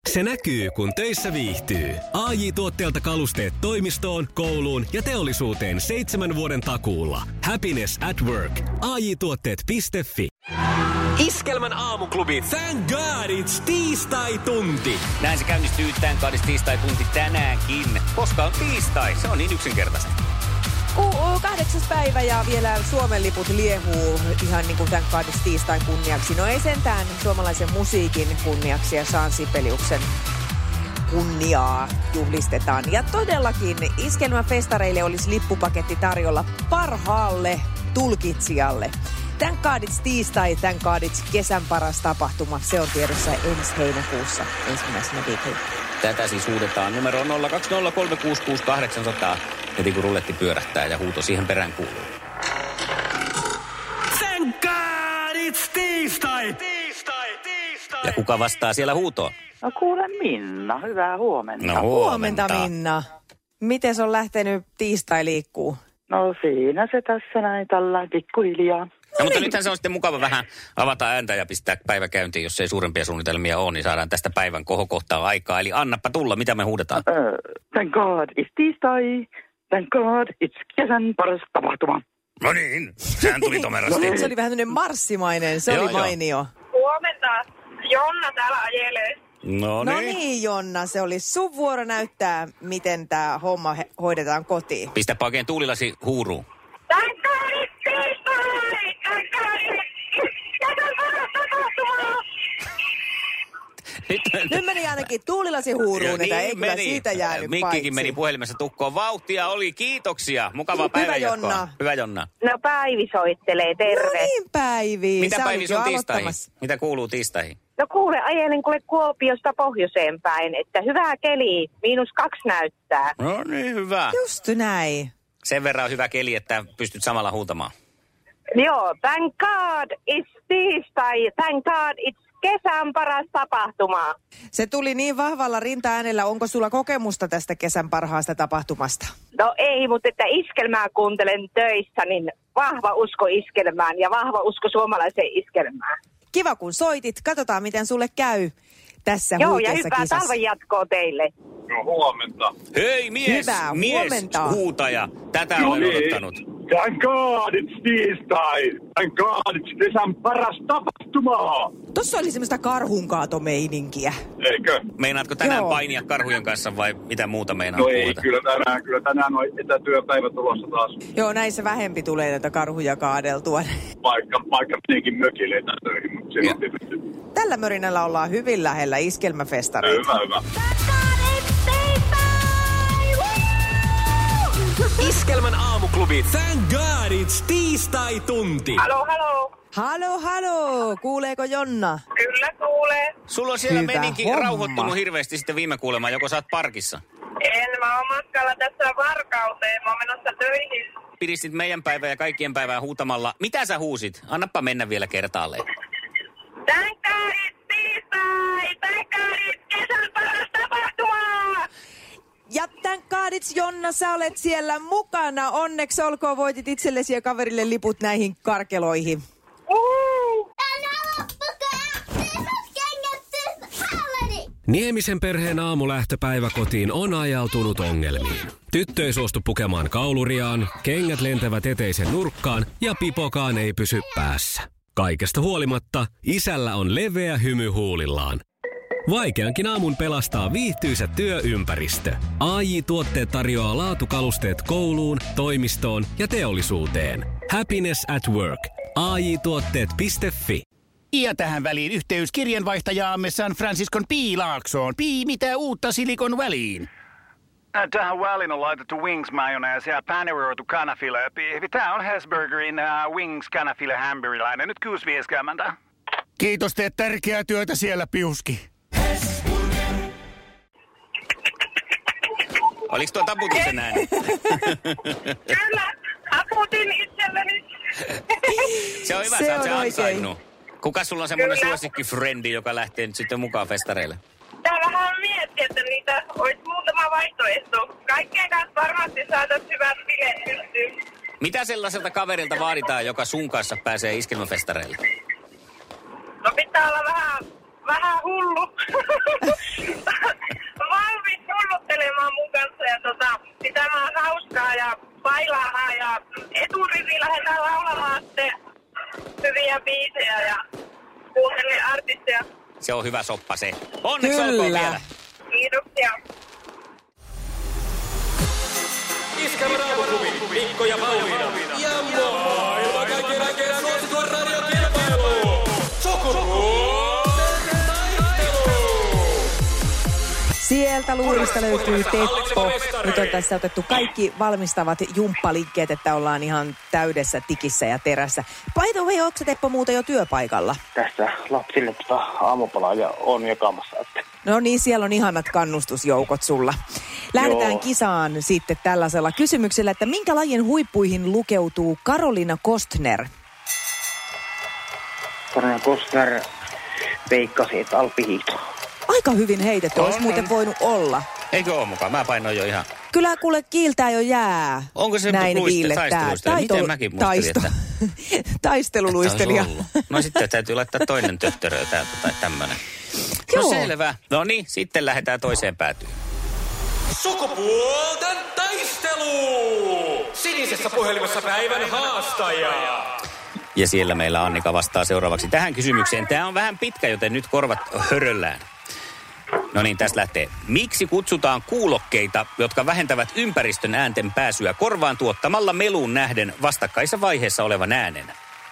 Se näkyy, kun töissä viihtyy. AJ Tuotteelta kalusteet toimistoon, kouluun ja teollisuuteen 7 vuoden takuulla. Happiness at work. AJ-tuotteet.fi. Iskelmän aamuklubi. Thank God it's tiistai-tunti. Näin se käynnistyy Thank God it's tiistai-tunti tänäänkin. Koska on tiistai, se on niin yksinkertaista. 8. päivä ja vielä Suomen liput liehuu ihan niin kuin Thank God it's tiistain kunniaksi. No ei sentään suomalaisen musiikin kunniaksi ja Jean Sibeliuksen kunniaa juhlistetaan. Ja todellakin Iskelmäfestareille olisi lippupaketti tarjolla parhaalle tulkitsijalle. Thank God it's tiistai, Thank God it's kesän paras tapahtuma. Se on tiedossa ensi heinäkuussa ensimmäisenä viikolla. Tätä siis huudetaan numero 020366800. Heti kun rulletti pyörähtää ja huuto siihen perään kuuluu. Thank God it's tiistai! Ja kuka vastaa siellä huutoon? No kuule Minna, hyvää huomenta. No Huomenta Minna. Miten on lähtenyt tiistai liikkuu? No siinä se tässä näin tällä pikkuhiljaa. No, mutta nythän se on sitten mukava vähän avata ääntä ja pistää päivä käyntiin, jos ei suurempia suunnitelmia ole, niin saadaan tästä päivän kohokohtaa aikaa. Eli annappa tulla, mitä me huudetaan? Thank God it's tiistai, thank God it's kesän paras tapahtuma. No niin, sehän tuli tomerasti. Se oli vähän tämmöinen marssimainen, se oli mainio. Huomenta, Jonna täällä ajelee. No niin Jonna, se oli sun vuoro näyttää, miten tämä homma hoidetaan kotiin. Pistäpä oikein tuulilasi huuruun. Thank God it's tiistai! Thank God it's kesän paras tapahtuma! Nyt meni ainakin tuulilasi huuruun, että ei kyllä siitä jäänyt paitsi. Mikkikin meni puhelimessa tukkoon. Vauhtia oli, kiitoksia. Mukavaa päivänjatkoa. Jonna. Hyvä Jonna. No Päivi soittelee, terve. No niin Päivi. Mitä Sä Päivi olit sun jo tiistaihin? aloittamassa. Mitä kuuluu tiistaihin? No kuule, ajelen Kuopiosta pohjoiseen päin, että hyvää keli, -2 näyttää. No niin, hyvä. Just näin. Sen verran on hyvä keli, että pystyt samalla huutamaan. Joo, thank God it's tiistai, thank God it's kesän paras tapahtuma. Se tuli niin vahvalla rinta-äänellä. Onko sulla kokemusta tästä kesän parhaasta tapahtumasta? No ei, mutta että iskelmää kuuntelen töissä, niin vahva usko iskelmään ja vahva usko suomalaiseen iskelmään. Kiva kun soitit. Katsotaan miten sulle käy tässä Joo, ja huikeassa hyvää kisassa. talven jatkoa teille. No huomenta. Hei mies, Hyvää huomenta. huutaja. Tätä olen odottanut. Thank God it's tiistai. Thank God it's kesän paras tapahtuma. Tossa oli semmoista karhunkaatomeininkkiä. Eikö? Meinaatko tänään Joo. painia karhujen kanssa vai mitä muuta meinaat No ei, puhuta? kyllä tänään on etätyöpäivä tulossa taas. Joo, näissä vähempi tulee näitä karhuja kaadeltua. Vaikka meneekin mökille etätöihin, mutta siinä on tietysti. Tällä mörinällä ollaan hyvin lähellä iskelmäfestareita. Hyvä. Iskelmän aamuklubi. Thank God it's tiistai-tunti. Halo. Kuuleeko Jonna? Kyllä kuulee. Sulla on siellä Hyvä meninkin homma. rauhoittunut hirveästi sitten viime kuulemaan, joko sä oot parkissa. Mä oon matkalla tässä Varkauteen, mä oon menossa töihin. Pidistit meidän päivää ja kaikkien päivää huutamalla. Mitä sä huusit? Annappa mennä vielä kertaalleen. Thank God it's tiistai, thank God it's kesän paras tapahtuma! Ja thank God it's Jonna, sä olet siellä mukana. Onneksi olkoon, voitit itsellesi ja kaverille liput näihin karkeloihin. Niemisen perheen aamulähtöpäivä kotiin on ajautunut ongelmiin. Tyttö ei suostu pukemaan kauluriaan, kengät lentävät eteisen nurkkaan ja pipokaan ei pysy päässä. Kaikesta huolimatta, isällä on leveä hymy huulillaan. Vaikeankin aamun pelastaa viihtyisä työympäristö. AJ-tuotteet tarjoaa laatukalusteet kouluun, toimistoon ja teollisuuteen. Happiness at work. AJ-tuotteet.fi. Ja tähän väliin yhteys kirjanvaihtajaamme San Franciscon Piilaaksoon. Mitä uutta Silikon väliin? Tähän väliin on laitettu wings mayonnaise ja paneroitu kanafila. Tämä on Hesburgerin wings kanafila hamburilainen. Nyt 6.50. Kiitos, teet tärkeää työtä siellä, Piuski. Oliko tuo taputuksen ääni? Kyllä, taputin itselleni. Se on hyvä, Se sä oot on se oikein. ansainnut. Kuka sulla on semmoinen Kyllä. suosikkifrendi, joka lähtee nyt sitten mukaan festareille? Tää vähän miettiä, että niitä olisi muutama vaihtoehto. Kaikkeen kanssa varmasti saatat hyvät bileet pystyyn. Mitä sellaiselta kaverilta vaaditaan, joka sun kanssa pääsee iskelmäfestareille? No pitää olla vähän hullu. Se on hyvä soppa se. Onneksi olkoon vielä. Kiitoksia. Iskelmän aamuklubi, Mikko ja Pauliina. Ja maailman kaikkien aikeen suosituen radiokilpailu. Sukupuolten taistelu. Sieltä luurista löytyy Teppo. Nyt on tässä otettu kaikki valmistavat jumppaliikkeet, että ollaan ihan täydessä tikissä ja terässä. By the way, onko se Teppo muuten jo työpaikalla? Tässä lapsille aamupalaa ja on jakamassa. Että. No niin, siellä on ihanat kannustusjoukot sulla. Lähdetään kisaan sitten tällaisella kysymyksellä, että minkä lajin huippuihin lukeutuu Karolina Kostner? Karolina Kostner veikkasi, että alppihiihto. Aika hyvin heitetty, olisi muuten voinut olla. Eikö ole mukaan? Mä painoin jo ihan. Kyllä kuule kiiltää jo jää. Onko se näin taisteluistelija? Miten mäkin muistelin, että... Taisteluluistelija. No sitten täytyy laittaa toinen töttörö täältä tai tämmönen. No selvä. No niin, sitten lähdetään toiseen päätyyn. Sukupuolten taistelu! Sinisessä puhelimessa päivän haastaja. Ja siellä meillä Annika vastaa seuraavaksi tähän kysymykseen. Tämä on vähän pitkä, joten nyt korvat höröllään. No niin, tästä lähtee. Miksi kutsutaan kuulokkeita, jotka vähentävät ympäristön äänten pääsyä korvaan tuottamalla meluun nähden vastakkaisessa vaiheessa olevan äänen?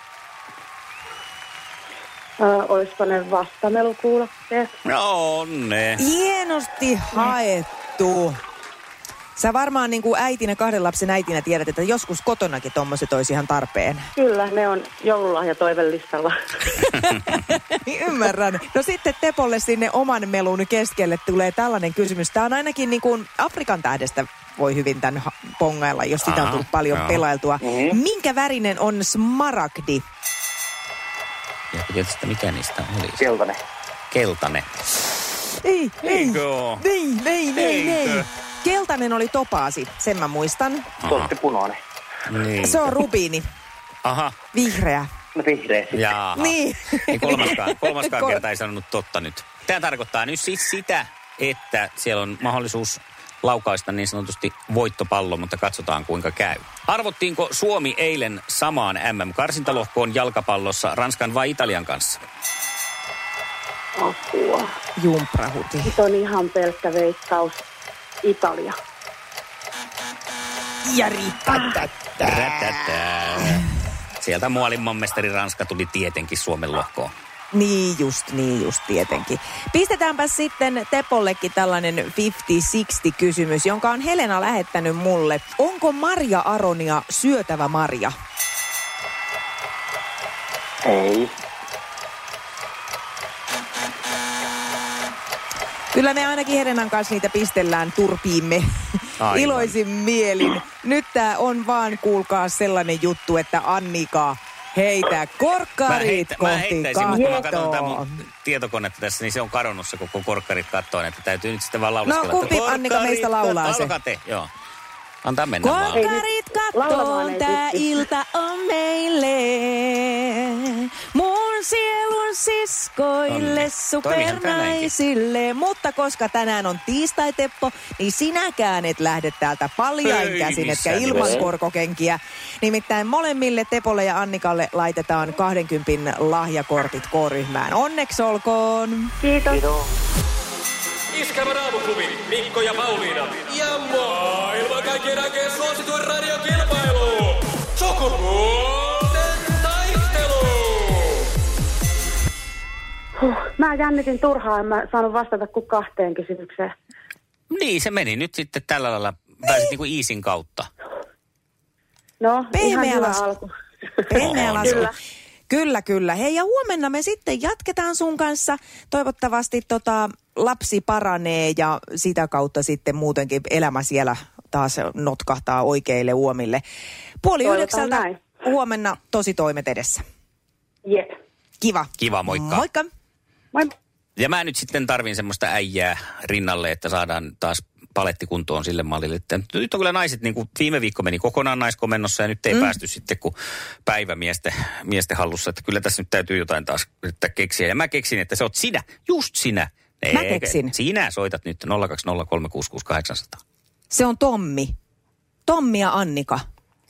Olisiko ne vastamelukuulokkeet? No ne. Hienosti haettu. Sä varmaan niin kuin äitinä, 2 lapsen äitinä tiedät, että joskus kotonakin tommoset olisi ihan tarpeen. Kyllä, ne on joululahja toivellistalla. Ymmärrän. No sitten Tepolle sinne oman melun keskelle tulee tällainen kysymys. Tämä on ainakin niin kuin Afrikan tähdestä voi hyvin tämän pongailla, jos sitä on tullut paljon pelailtua. Minkä värinen on smaragdi? Ja tietysti mikä niistä oli? Keltainen. Keltainen. Ei. Eikö? Keltainen oli topaasi, sen mä muistan. Se on sitten punainen. Niin. Se on rubiini. Aha. Vihreä. No vihreä sitten. Jaaha. Niin. Kolmaskaan kerta ei sanonut totta nyt. Tämä tarkoittaa nyt siis sitä, että siellä on mahdollisuus laukaista niin sanotusti voittopallo, mutta katsotaan kuinka käy. Arvottiinko Suomi eilen samaan MM-karsintalohkoon jalkapallossa Ranskan vai Italian kanssa? Apua. Jumprahuti. Se on ihan pelkkä veikkaus. Italia. Ja riittää. Sieltä maailmanmestari Ranska tuli tietenkin Suomen lohkoon. Niin just tietenkin. Pistetäänpä sitten Tepollekin tällainen 50-60 kysymys, jonka on Helena lähettänyt mulle. Onko Marja Aronia syötävä marja? Ei. Kyllä me ainakin Helenan kanssa niitä pistellään turpiimme iloisin mielin. Nyt tää on vaan, kuulkaa, sellainen juttu, että Annika, heitä korkkarit kohti kattoa. Mutta mä katson tätä mun tietokonetta tässä, niin se on kadonnut se koko korkkarit kattoon, että täytyy nyt sitten vaan laulaskella. No kumpi Annika meistä laulaa se? Alkaa te, joo. Antaa mennä vaan. Korkkarit kattoon, tää ilta on meille. Mun sielun siskoille, supernaisille. Mutta koska tänään on tiistai, Teppo, niin sinäkään et lähde täältä paljain käsin, etkä ilman korkokenkiä. Nimittäin molemmille Tepolle ja Annikalle laitetaan 20 lahjakortit K-ryhmään. Onneksi olkoon. Kiitos. Iskelmän aamuklubi, Mikko ja Pauliina. Ja maailman kaikkien aikeen suosituen radiokilpailu. Sukupuolten taistelu. Mä jännitin turhaan, en mä saanut vastata kuin 2 kysymykseen. Niin, se meni nyt sitten tällä lailla. Pääsit niinku Iisin kautta. No, ihan Pehmeä hyvä lasku. alku. Pehmeä lasku. Kyllä. Hei, ja huomenna me sitten jatketaan sun kanssa. Toivottavasti lapsi paranee ja sitä kautta sitten muutenkin elämä siellä taas notkahtaa oikeille uomille. 8:30 huomenna tositoimet edessä. Jep. Kiva, moikka. Moikka. Moi. Ja mä nyt sitten tarvin semmoista äijää rinnalle, että saadaan taas paletti kuntoon sille mallille. Että nyt on kyllä naiset, niin kuin viime viikko meni kokonaan naiskomennossa ja nyt ei päästy sitten kuin päivämiesten hallussa. Että kyllä tässä nyt täytyy jotain taas yrittää keksiä. Ja mä keksin, että se oot sinä, just sinä. Mä keksin. Sinä soitat nyt 020366800. Se on Tommi. Tommi ja Annika.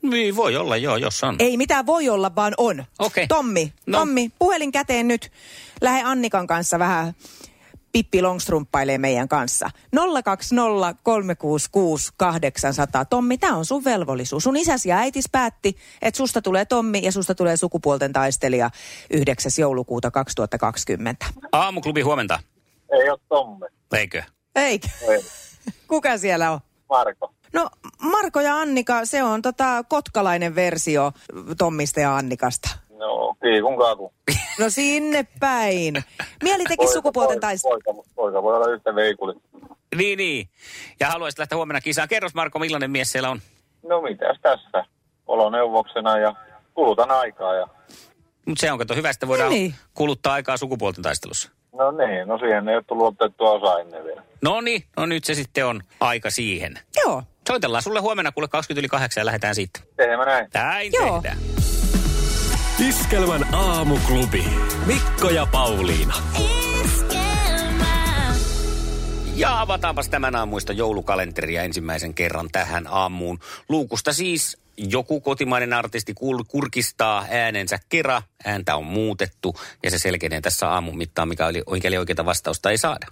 Niin, voi olla, joo, jos on. Ei mitään voi olla, vaan on. Okei. Tommi, puhelin käteen nyt. Lähde Annikan kanssa vähän Pippi Longstrumppailee meidän kanssa. 020 366 800. Tommi, tää on sun velvollisuus. Sun isäsi ja äitis päätti, että susta tulee Tommi ja susta tulee sukupuolten taistelija 9. joulukuuta 2020. Aamuklubi, huomenta. Ei ole Tommi. Eikö? Eikö? Ei. Kuka siellä on? Marko. No Marko ja Annika, se on kotkalainen versio Tommista ja Annikasta. No, kiikun kaku. No sinne päin. Mieli teki sukupuolten taistelua. Poika voi olla yhtä veikuli. Niin. Ja haluaisit lähteä huomenna kisaan. Kerros Marko, millainen mies siellä on? No mitäs tässä? Oloneuvoksena ja kulutan aikaa ja... Mutta se on, kato, hyvä, että voidaan kuluttaa aikaa sukupuolten taistelussa. No niin, no siihen ei ole tullut otettua osaa ennen vielä. No niin, no nyt se sitten on aika siihen. Joo. Soitellaan sulle huomenna kuule 20:08 ja lähdetään siitä. Tehdään näin. Näin Joo. tehdään. Iskelmän aamuklubi. Mikko ja Pauliina. Ja avataanpas tämän aamuista joulukalenteria ensimmäisen kerran tähän aamuun. Luukusta siis joku kotimainen artisti kurkistaa äänensä kera. Ääntä on muutettu ja se selkenee tässä aamun mittaan, mikä oli oikeaa vastausta ei saada.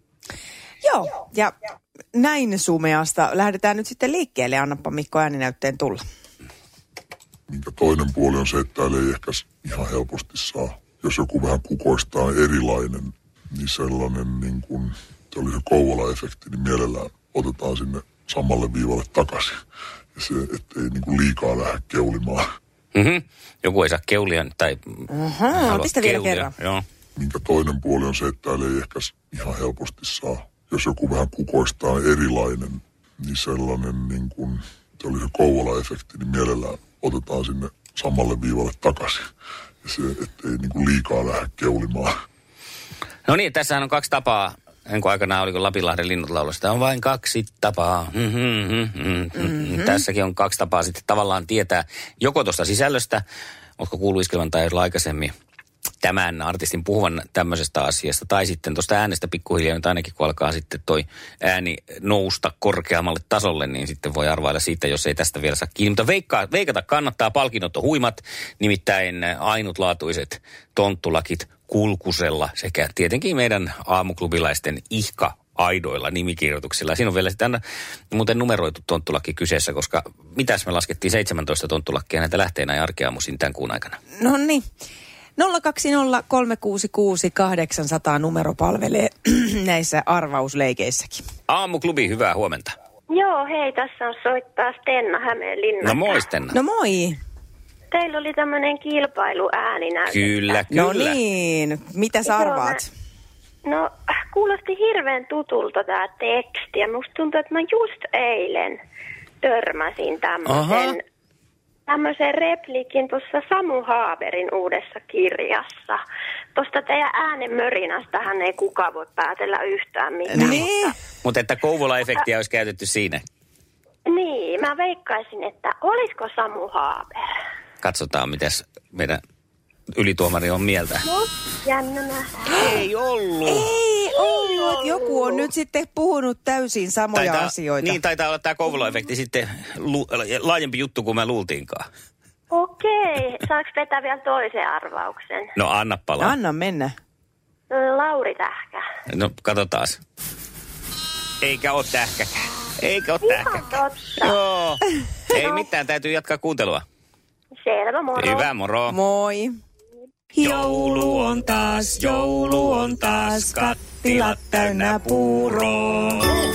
Joo, ja näin sumeasta lähdetään nyt sitten liikkeelle. Annappa Mikko ääninäytteen tulla. Minkä toinen puoli on se, että täällä ei ehkä ihan helposti saa. Jos joku vähän kukoistaa erilainen, niin sellainen niin kuin, se oli se Kouvola-efekti, niin mielellään otetaan sinne samalle viivalle takaisin. Ja se, ettei niin kuin liikaa lähde keulimaan. Mm-hmm. Joku ei saa keulia tai pistä vielä kerran. Joo. Minkä toinen puoli on se, että täällä ei ehkä ihan helposti saa. Jos joku vähän kukoistaa erilainen, niin sellainen niin kuin, se oli se Kouvola-efekti, niin mielellään otetaan sinne samalle viivalle takaisin. Ja se, ettei niin kuin liikaa lähde keulimaan. No niin, tässähän on kaksi tapaa. Enkä aikanaan oliko Lapinlahden linnut laulusta. On vain kaksi tapaa. Tässäkin on kaksi tapaa sitten tavallaan tietää joko tuosta sisällöstä, oletko kuullut Iskelmän tai aikaisemmin tämän artistin puhuvan tämmöisestä asiasta, tai sitten tuosta äänestä pikkuhiljaa, nyt ainakin kun alkaa sitten toi ääni nousta korkeammalle tasolle, niin sitten voi arvailla siitä, jos ei tästä vielä saa kiinni. Mutta veikata kannattaa, palkinnot on huimat, nimittäin ainutlaatuiset tonttulakit Kulkusella sekä tietenkin meidän aamuklubilaisten aidoilla nimikirjoituksilla. Siinä on vielä sitten muuten numeroitu tonttulakki kyseessä, koska mitäs me laskettiin 17 tonttulakkia näitä lähtee näin arkeaamuisin tämän kuun aikana. No niin. 020 366 800 numero palvelee näissä arvausleikeissäkin. Aamuklubi, hyvää huomenta. Joo, hei, tässä on soittaa Stenna Hämeenlinnasta. No moi Stenna. No moi. Teillä oli tämmöinen kilpailuääninäyte. Kyllä. No niin, mitä sä arvaat? No, kuulosti hirveän tutulta tää teksti ja musta tuntuu, että mä just eilen törmäsin tämmöisen repliikin tuossa Samu Haaberin uudessa kirjassa. Tuosta teidän äänen mörinästähän ei kukaan voi päätellä yhtään mitään. Niin. Mutta että Kouvola-efektiä olisi käytetty siinä. Niin, mä veikkaisin, että olisiko Samu Haaber? Katsotaan, mitäs meidän ylituomari on mieltä. No, jännä nähdä. Ei ollut. Ei ollut. Joku on nyt sitten puhunut täysin samoja asioita. Niin, taitaa olla tämä Kouvola-efekti sitten laajempi juttu kuin me luultiinkaan. Okei. Saanko vetää vielä toisen arvauksen? No anna palaa. Anna mennä. Lauri Tähkä. No katsotaan. Eikä ole tähkäkään. Ihan totta. Joo. Ei mitään, täytyy jatkaa kuuntelua. Selvä, moro. Hyvä, moro. Moi. Joulu on taas, kattilat täynnä puuroa.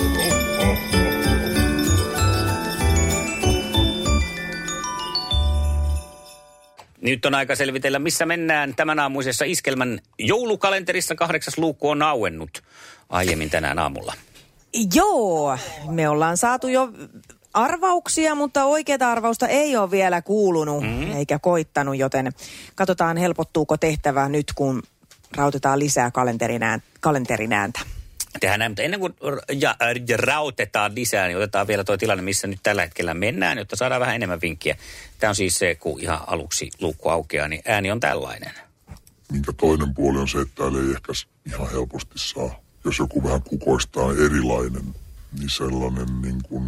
Nyt on aika selvitellä, missä mennään tämän aamuisessa Iskelmän joulukalenterissa. 8. luukku on auennut aiemmin tänään aamulla. Joo, me ollaan saatu jo arvauksia, mutta oikeaa arvausta ei ole vielä kuulunut eikä koittanut, joten katsotaan helpottuuko tehtävä nyt, kun rautetaan lisää kalenterin ääntä. Tehdään näin, mutta ennen kuin rautetaan lisää, niin otetaan vielä tuo tilanne, missä nyt tällä hetkellä mennään, jotta saadaan vähän enemmän vinkkiä. Tämä on siis se, kun ihan aluksi luukku aukeaa, niin ääni on tällainen. Minkä toinen puoli on se, että täällä ei ehkä ihan helposti saa. Jos joku vähän kukoistaa erilainen, niin sellainen niin kuin,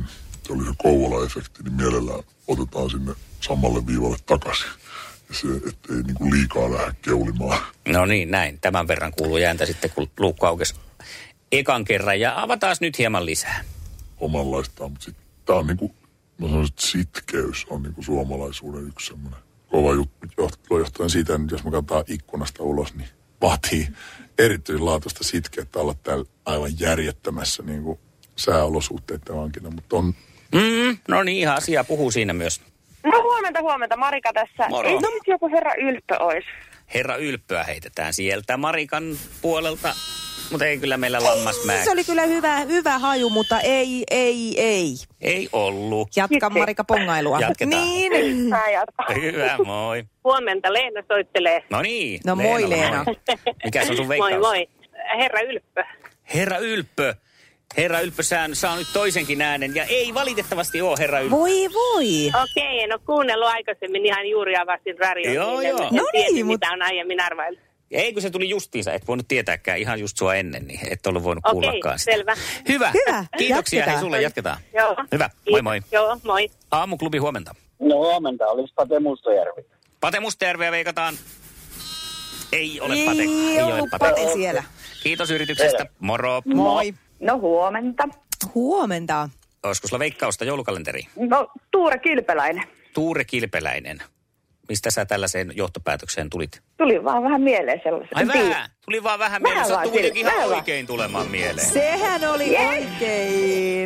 se oli se Kouvola-efekti, niin mielellään otetaan sinne samalle viivalle takaisin. Ja se, ettei niin kuin liikaa lähde keulimaan. No niin, näin. Tämän verran kuuluu jääntä sitten, kun luukku aukesi ekan kerran. Ja avataan nyt hieman lisää. Omanlaistaan, mutta sitten tämä on niin kuin, mä sanoisin, että sitkeys on niin kuin suomalaisuuden yksi semmoinen kova juttu. Johtuen siitä, että jos me katsotaan ikkunasta ulos, niin vaatii erityislaatuista sitkeyttä olla täällä aivan järjettömässä niin kuin sääolosuhteiden vankina, mutta on... No niin, ihan asiaa puhuu siinä myös. No huomenta. Marika tässä. Moro. Ei nyt joku herra Ylppö ois. Herra Ylppöä heitetään sieltä Marikan puolelta, mutta ei kyllä meillä lammasmää. Se oli kyllä hyvä haju, mutta ei. Ei ollut. Jatka Marika pongailua. Jatketaan. Niin. Hyvä, moi. Huomenta, Leena soittelee. No niin. No moi Leena. Mikäs on sun veikkaus? Moi. Herra Ylppö. Herra Ylppö. Herra Ylppö saa nyt toisenkin äänen ja ei valitettavasti ole Herra Ylppö. Voi. Okei, en ole kuunnellut aikaisemmin, ihan juuri avasin radion. Joo. No niin, mitä on aiemmin arvaillut. Ei, kun se tuli justiinsa, et voinut tietääkään ihan just sua ennen, niin et ollut voinut kuullakaan sitä. Selvä. Hyvä. Kiitoksia, Jatketaan. hei sulle, jatketaan. Joo. Hyvä, moi. Joo, moi. Aamuklubi, huomenta. No huomenta, olisi Pate Mustajärvi. Pate Mustajärveä veikataan. Ei ole Ei Pate. Ei ole ollut Pate. Pate siellä. Kiitos yrityksestä. Moro. Moi. No huomenta. Huomenta. Olisiko sulla veikkausta joulukalenteriin? No Tuure Kilpeläinen. Tuure Kilpeläinen. Mistä sä tällaiseen johtopäätökseen tulit? Tuli vaan vähän mieleen sellaisen. Ai vähän. Tuli vaan vähän mieleen. Sä vaan kuitenkin ihan vähän. oikein tulemaan mieleen. Sehän oli oikein.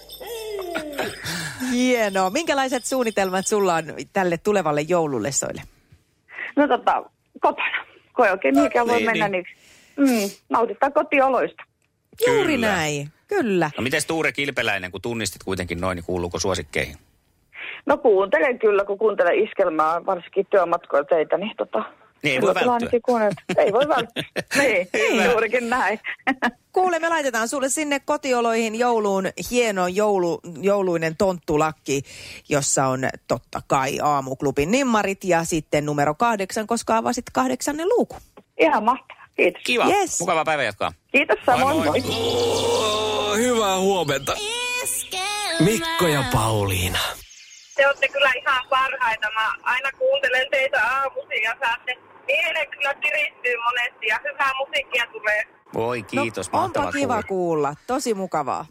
Hienoa. Minkälaiset suunnitelmat sulla on tälle tulevalle joululessoille? No kotona. Kun ei oikein mihinkään voi Niin, mennä, niin nautitaan kotioloista. Juuri Kyllä. näin. Kyllä. No mites Tuure Kilpeläinen, kun tunnistit kuitenkin noin, niin kuuluuko suosikkeihin? No kuuntelen kyllä, kun kuuntelen iskelmää, varsinkin työmatkoilla teitä, niin Niin ei voi välttyä. Ei voi välttyä. Niin, juurikin näin. Kuule, me laitetaan sulle sinne kotioloihin jouluun hieno jouluinen tonttulakki, jossa on totta kai Aamuklubin nimmarit ja sitten numero 8, koska avasit 8. luukun. Ihan mahtavaa. Kiitos. Kiva. Yes. Mukavaa päivää jatkaa. Kiitos samoin. Moi. Hyvää huomenta. Mikko ja Pauliina. Te olette kyllä ihan parhaita. Mä aina kuuntelen teitä aamuisin ja saatte mielen kyllä kiristyy monesti ja hyvää musiikkia tulee. Voi kiitos, No, mahtavaa onpa kiva kuulla. kuulla. Tosi mukavaa.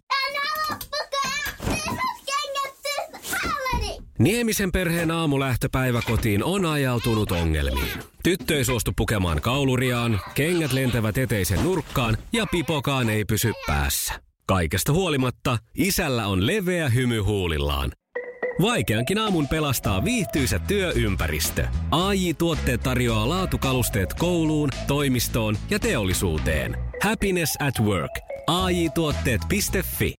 Niemisen perheen aamulähtöpäivä kotiin on ajautunut ongelmiin. Tyttö ei suostu pukemaan kauluriaan, kengät lentävät eteisen nurkkaan ja pipokaan ei pysy päässä. Kaikesta huolimatta, isällä on leveä hymy huulillaan. Vaikeankin aamun pelastaa viihtyisä työympäristö. AJ-tuotteet tarjoaa laatukalusteet kouluun, toimistoon ja teollisuuteen. Happiness at work. AJ-tuotteet.fi